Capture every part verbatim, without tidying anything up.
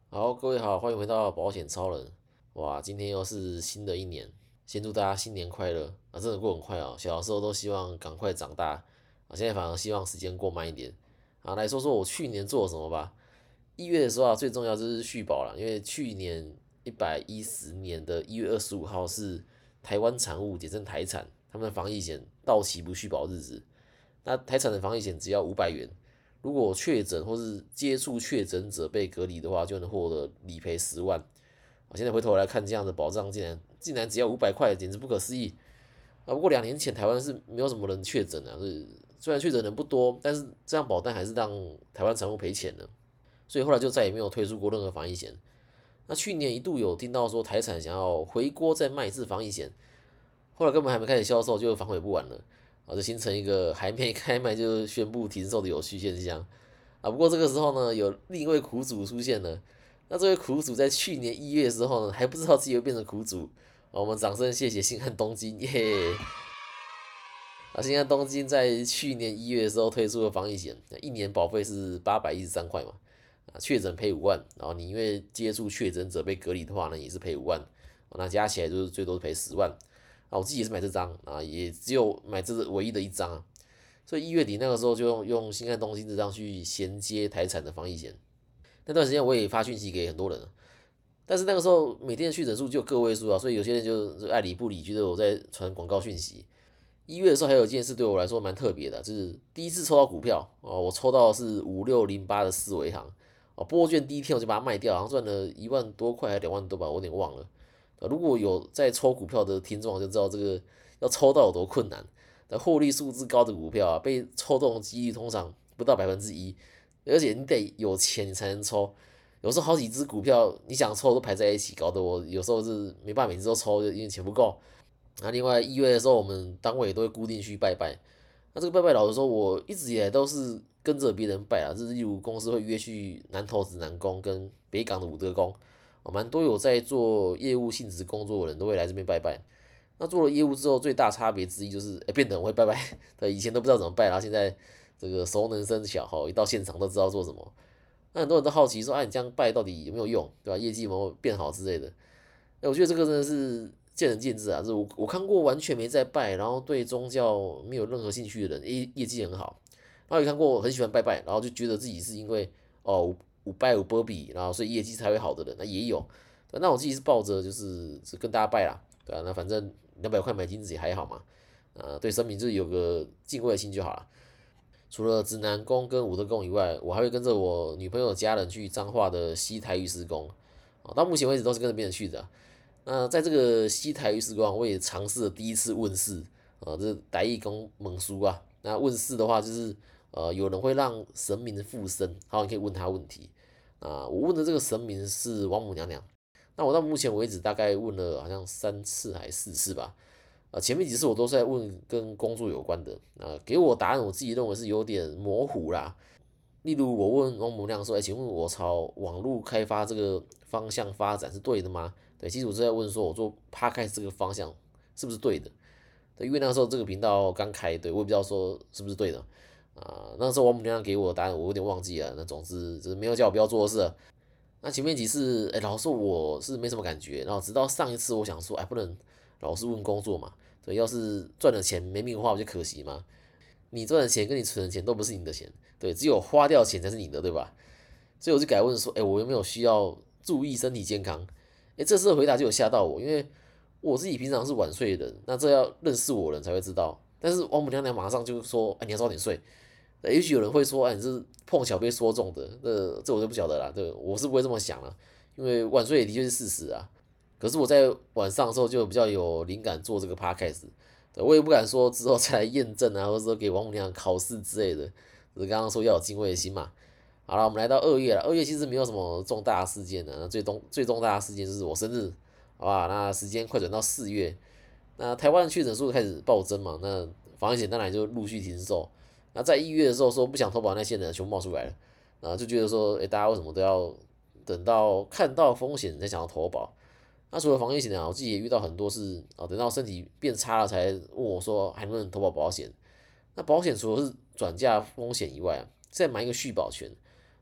好，各位好，欢迎回到保险超人。哇，今天又是新的一年，先祝大家新年快乐啊！真的过很快啊，小时候都希望赶快长大啊，现在反而希望时间过慢一点。啊，来说说我去年做了什么吧。一月的时候啊，最重要就是续保了，因为去年一百一十年的一月二十五号是台湾产物，简称台产，他们的防疫险到期不续保日子。那台产的防疫险只要五百元，如果确诊或是接触确诊者被隔离的话，就能获得理赔十万。啊，现在回头来看，这样的保障竟然竟然只要五百块，简直不可思议啊！不过两年前台湾是没有什么人确诊啊，是虽然确诊人不多，但是这样保单还是让台湾产物赔钱了，所以后来就再也没有推出过任何防疫险。那去年一度有听到说台产想要回锅再卖一次防疫险，后来根本还没开始销售就反悔不晚了，啊，就形成一个还没开卖就宣布停售的有趣现象。啊，不过这个时候呢，有另一位苦主出现了。那这位苦主在去年一月的时候呢，还不知道自己会变成苦主。啊，我们掌声谢谢星汉东京，耶！啊，星汉东京在去年一月的时候推出了防疫险，一年保费是八百一十三块嘛，啊，确诊赔五万，然后你因为接触确诊者被隔离的话呢，也是赔五万，那加起来就是最多是赔十万。啊，我自己也是买这张啊，也只有买这唯一的一张啊，所以一月底那个时候就用用新汉东京这张去衔接台产的防疫险。那段时间我也发讯息给很多人，但是那个时候每天的确诊数就个位数啊，所以有些人就爱理不理，觉得我在传广告讯息。一月的时候还有一件事对我来说蛮特别的，就是第一次抽到股票哦，我抽到的是五六零八的四维行哦，拨券第一天我就把它卖掉，好像赚了一万多块还是两万多吧，我有点忘了。如果有在抽股票的听众就知道这个要抽到有多困难。但获利数字高的股票啊，被抽中的几率通常不到百分之一，而且你得有钱你才能抽。有时候好几只股票你想抽都排在一起，搞得我有时候是没办法每次都抽，因为钱不够。那另外一月的时候，我们单位也都会固定去拜拜。那这个拜拜，老实说，我一直以来都是跟着别人拜啊，就是例如公司会约去南投指南宫跟北港的武德宫，哦，蛮多有在做业务性质工作的人都会来这边拜拜。那做了业务之后，最大差别之一就是，哎，变得很会拜拜。对，以前都不知道怎么拜，然后现在这个熟能生巧，哈，一到现场都知道做什么。那很多人都好奇说，啊，你这样拜到底有没有用，对吧？业绩有没有变好之类的？哎，我觉得这个真的是见仁见智啊。就是我我看过完全没在拜，然后对宗教没有任何兴趣的人，业业绩很好。然后也看过很喜欢拜拜，然后就觉得自己是因为哦五拜五波比，然后所以业绩才会好的人，那也有。那我自己是抱着就是是跟大家拜啦，对啊，那反正两百块买金子也还好嘛，呃，对神明就是有个敬畏的心就好了。除了指南宫跟武德宫以外，我还会跟着我女朋友的家人去彰化的西台玉师宫，啊，到目前为止都是跟着别人去的啊。那在这个西台玉师宫，我也尝试了第一次问世，啊，这是台义公猛书啊。那问世的话，就是呃，有人会让神明附身，好，你可以问他问题。啊，我问的这个神明是王母娘娘。那我到目前为止大概问了好像三次还是四次吧。啊，前面几次我都是在问跟工作有关的，啊，给我答案我自己认为是有点模糊啦。例如我问王母娘说，哎，请问我朝网络开发这个方向发展是对的吗？对，其实我是在问说，我做 podcast 这个方向是不是对的？对，因为那时候这个频道刚开，对我也不知道说是不是对的啊。那时候王母娘娘给我的答案我有点忘记了，那总之就是没有叫我不要做的事。那前面几次，哎，老实说我是没什么感觉，然后直到上一次，我想说，哎，不能老是问工作嘛，对，要是赚了钱没命花，不就可惜吗？你赚的钱跟你存的钱都不是你的钱，对，只有花掉钱才是你的，对吧？所以我就改问说，哎，我有没有需要注意身体健康？哎，这次的回答就有吓到我，因为我自己平常是晚睡的人，那这要认识我的人才会知道。但是王母娘娘马上就说，哎，你要早点睡。也许有人会说，哎，你是碰巧被说中的，那这我就不晓得啦。对，我是不会这么想了，因为晚睡也的确是事实啊。可是我在晚上的时候就比较有灵感做这个 podcast，对我也不敢说之后再来验证啊，或者说给王母娘考试之类的。只是刚刚说要有敬畏的心嘛。好了，我们来到二月了，二月其实没有什么重大的事件的，那最重最重大的事件就是我生日，好吧？那时间快转到四月，那台湾的确诊数开始暴增嘛，那防疫险当然就陆续停售。那在一月的时候说不想投保那些人全部冒出来了，然后就觉得说，哎，大家为什么都要等到看到风险才想要投保？那除了防疫险啊，我自己也遇到很多是啊，等到身体变差了才问我说还能不能投保保险。那保险除了是转嫁风险以外啊，再买一个续保权。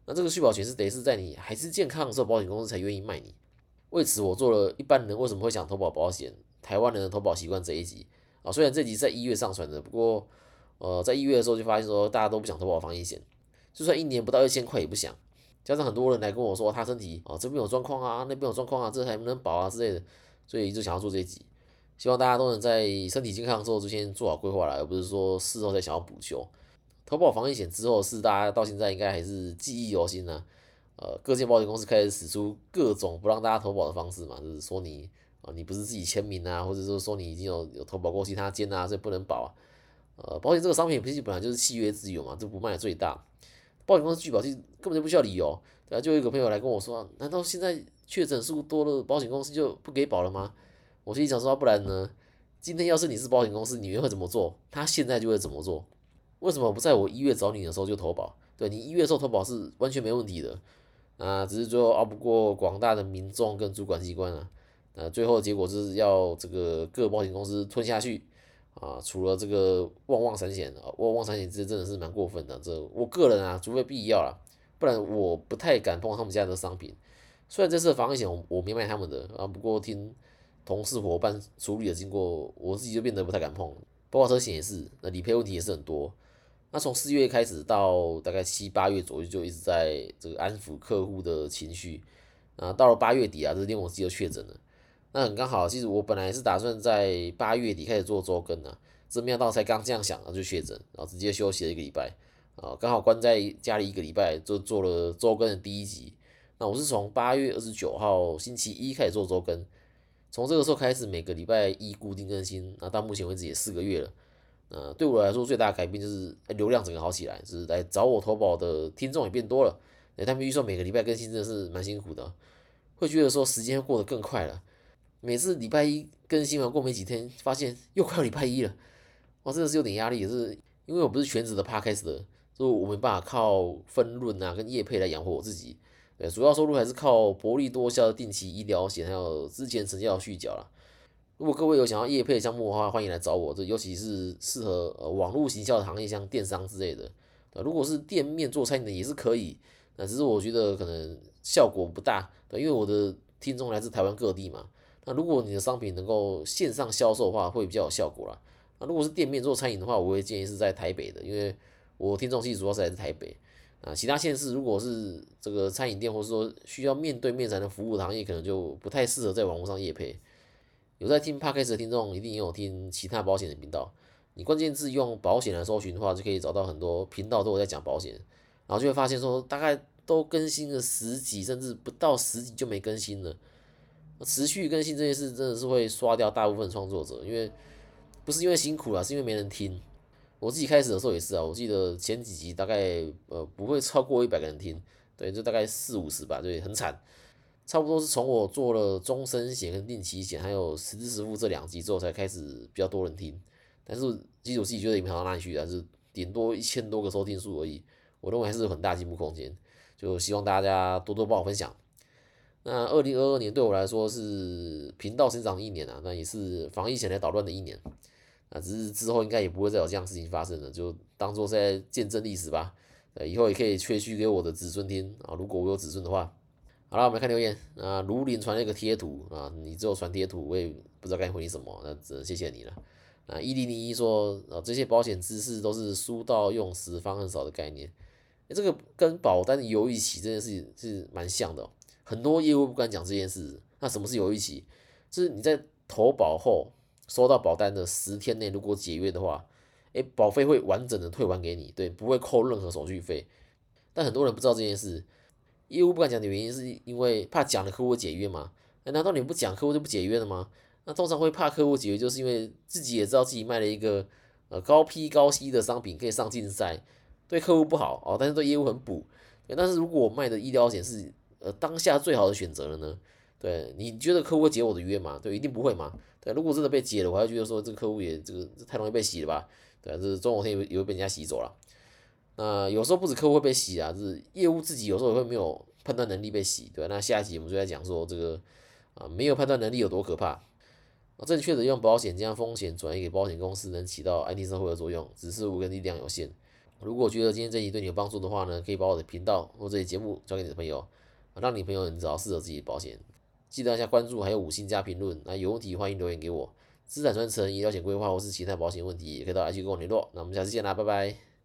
那这个续保权是得是在你还是健康的时候，保险公司才愿意卖你。为此，我做了一般人为什么会想投保保险，台湾人的投保习惯这一集啊。虽然这集是在一月上传的，不过呃，在一月的时候就发现说大家都不想投保防疫险，就算一年不到一千块也不想。加上很多人来跟我说他身体啊这边有状况啊，那边有状况啊，这还能保啊之类的，所以就想要做这一集。希望大家都能在身体健康之后就先做好规划了，而不是说事后再想要补救。投保防疫险之后是大家到现在应该还是记忆犹新呢、啊。呃，各间保险公司开始使出各种不让大家投保的方式嘛，就是说你啊、呃、你不是自己签名啊，或者是说你已经有有投保过其他间啊，所以不能保啊。呃，保险这个商品毕竟本来就是契约自由嘛，这不卖的最大。保险公司拒保其实根本就不需要理由。对啊，就有一个朋友来跟我说，难道现在确诊数多了，保险公司就不给保了吗？我心里想说，不然呢？今天要是你是保险公司，你会怎么做？他现在就会怎么做？为什么不在我一月找你的时候就投保？对你一月的时候投保是完全没问题的，啊，只是最后熬不过广大的民众跟主管机关啊，呃，最后的结果就是要这个各保险公司吞下去啊。除了这个旺旺产险啊，旺旺产险这真的是蛮过分的，这我个人啊，除非必要啦，不然我不太敢碰他们家的商品。虽然这次的防疫险我我没买他们的啊，不过听同事伙伴处理的经过，我自己就变得不太敢碰。包括车险也是，那理赔问题也是很多。那从四月开始到大概七八月左右，就一直在这个安抚客户的情绪。啊，到了八月底啊，这连我自己都确诊了。那很刚好，其实我本来是打算在八月底开始做周更啊，这没想到才刚这样想，然后就确诊，然后直接休息了一个礼拜。啊，刚好关在家里一个礼拜，就做了周更的第一集。那我是从八月二十九号星期一开始做周更，从这个时候开始每个礼拜一固定更新，那到目前为止也四个月了。呃，对我来说最大的改变就是流量整个好起来，就是来找我投保的听众也变多了。他们预算每个礼拜更新真的是蛮辛苦的，会觉得说时间过得更快了。每次礼拜一更新完过没几天，发现又快要礼拜一了，哇，真的是有点压力。也是因为我不是全职的 podcast 的，所以我没办法靠分润啊跟业配来养活我自己。对，主要收入还是靠薄利多销的定期医疗险，还有之前成交的续缴啦。如果各位有想要业配项目的话，欢迎来找我。这尤其是适合呃网络行销的行业，像电商之类的。呃，如果是店面做餐饮的也是可以，那只是我觉得可能效果不大。对，因为我的听众来自台湾各地嘛。那如果你的商品能够线上销售的话，会比较有效果啦。那如果是店面做餐饮的话，我会建议是在台北的，因为我听众其实主要是来自台北。啊，其他县市如果是这个餐饮店，或是说需要面对面才能服务的行业，可能就不太适合在网络上业配。有在听 Podcast 的听众，一定也有听其他保险的频道。你关键字用保险来搜寻的话，就可以找到很多频道都有在讲保险，然后就会发现说，大概都更新了十集，甚至不到十集就没更新了。持续更新这件事真的是会刷掉大部分创作者，因为不是因为辛苦啦，是因为没人听。我自己开始的时候也是啊，我记得前几集大概呃不会超过一百个人听，对，就大概四五十吧，对，很惨。差不多是从我做了终身险跟定期险，还有实支实付这两集之后，才开始比较多人听。但是其实我自己觉得也没好到哪里去啊，是顶多一千多个收听数而已。我认为还是有很大进步空间，就希望大家多多帮我分享。那二零二二年对我来说是频道成长的一年啊，那也是防疫险来捣乱的一年。那只是之后应该也不会再有这样的事情发生了，就当做在见证历史吧。呃，以后也可以吹嘘给我的子孙听啊，如果我有子孙的话。好了，我们来看留言啊。卢林传了一个贴图啊，你只有传贴图，我也不知道该回你什么，那只能谢谢你了。啊，一零零一说啊，这些保险知识都是书到用时方恨少的概念。欸，这个跟保单的犹豫期这件事是蛮像的哦，很多业务不敢讲这件事。那什么是犹豫期？就是你在投保后收到保单的十天内，如果解约的话，诶，保费会完整的退还给你，对，不会扣任何手续费。但很多人不知道这件事。业务不敢讲的原因是因为怕讲了客户解约嘛？难道你不讲客户就不解约了吗？那通常会怕客户解约，就是因为自己也知道自己卖了一个呃高 P 高 C 的商品可以上竞赛，对客户不好哦，但是对业务很补。但是如果我卖的医疗险是呃当下最好的选择了呢？对，你觉得客户会解我的约吗？对，一定不会嘛。对，如果真的被解了，我还觉得说这个客户也这个太容易被洗了吧？对啊，这中有天也会被人家洗走了。那有时候不止客户会被洗啊，就是业务自己有时候也会没有判断能力被洗，对吧？那下一集我们就在讲说这个啊没有判断能力有多可怕啊，正确的用保险将风险转移给保险公司，能起到安定社会的作用，只是我跟力量有限。 如果觉得今天这集对你有帮助的话呢，可以把我的频道或这些节目交给你的朋友，让你朋友能找到适合自己的保险。记得按下关注，还有五星加评论。那有问题欢迎留言给我。资产传承、医疗险规划或是其他保险问题，也可以到 I G 跟我联络。那我们下次见啦，拜拜。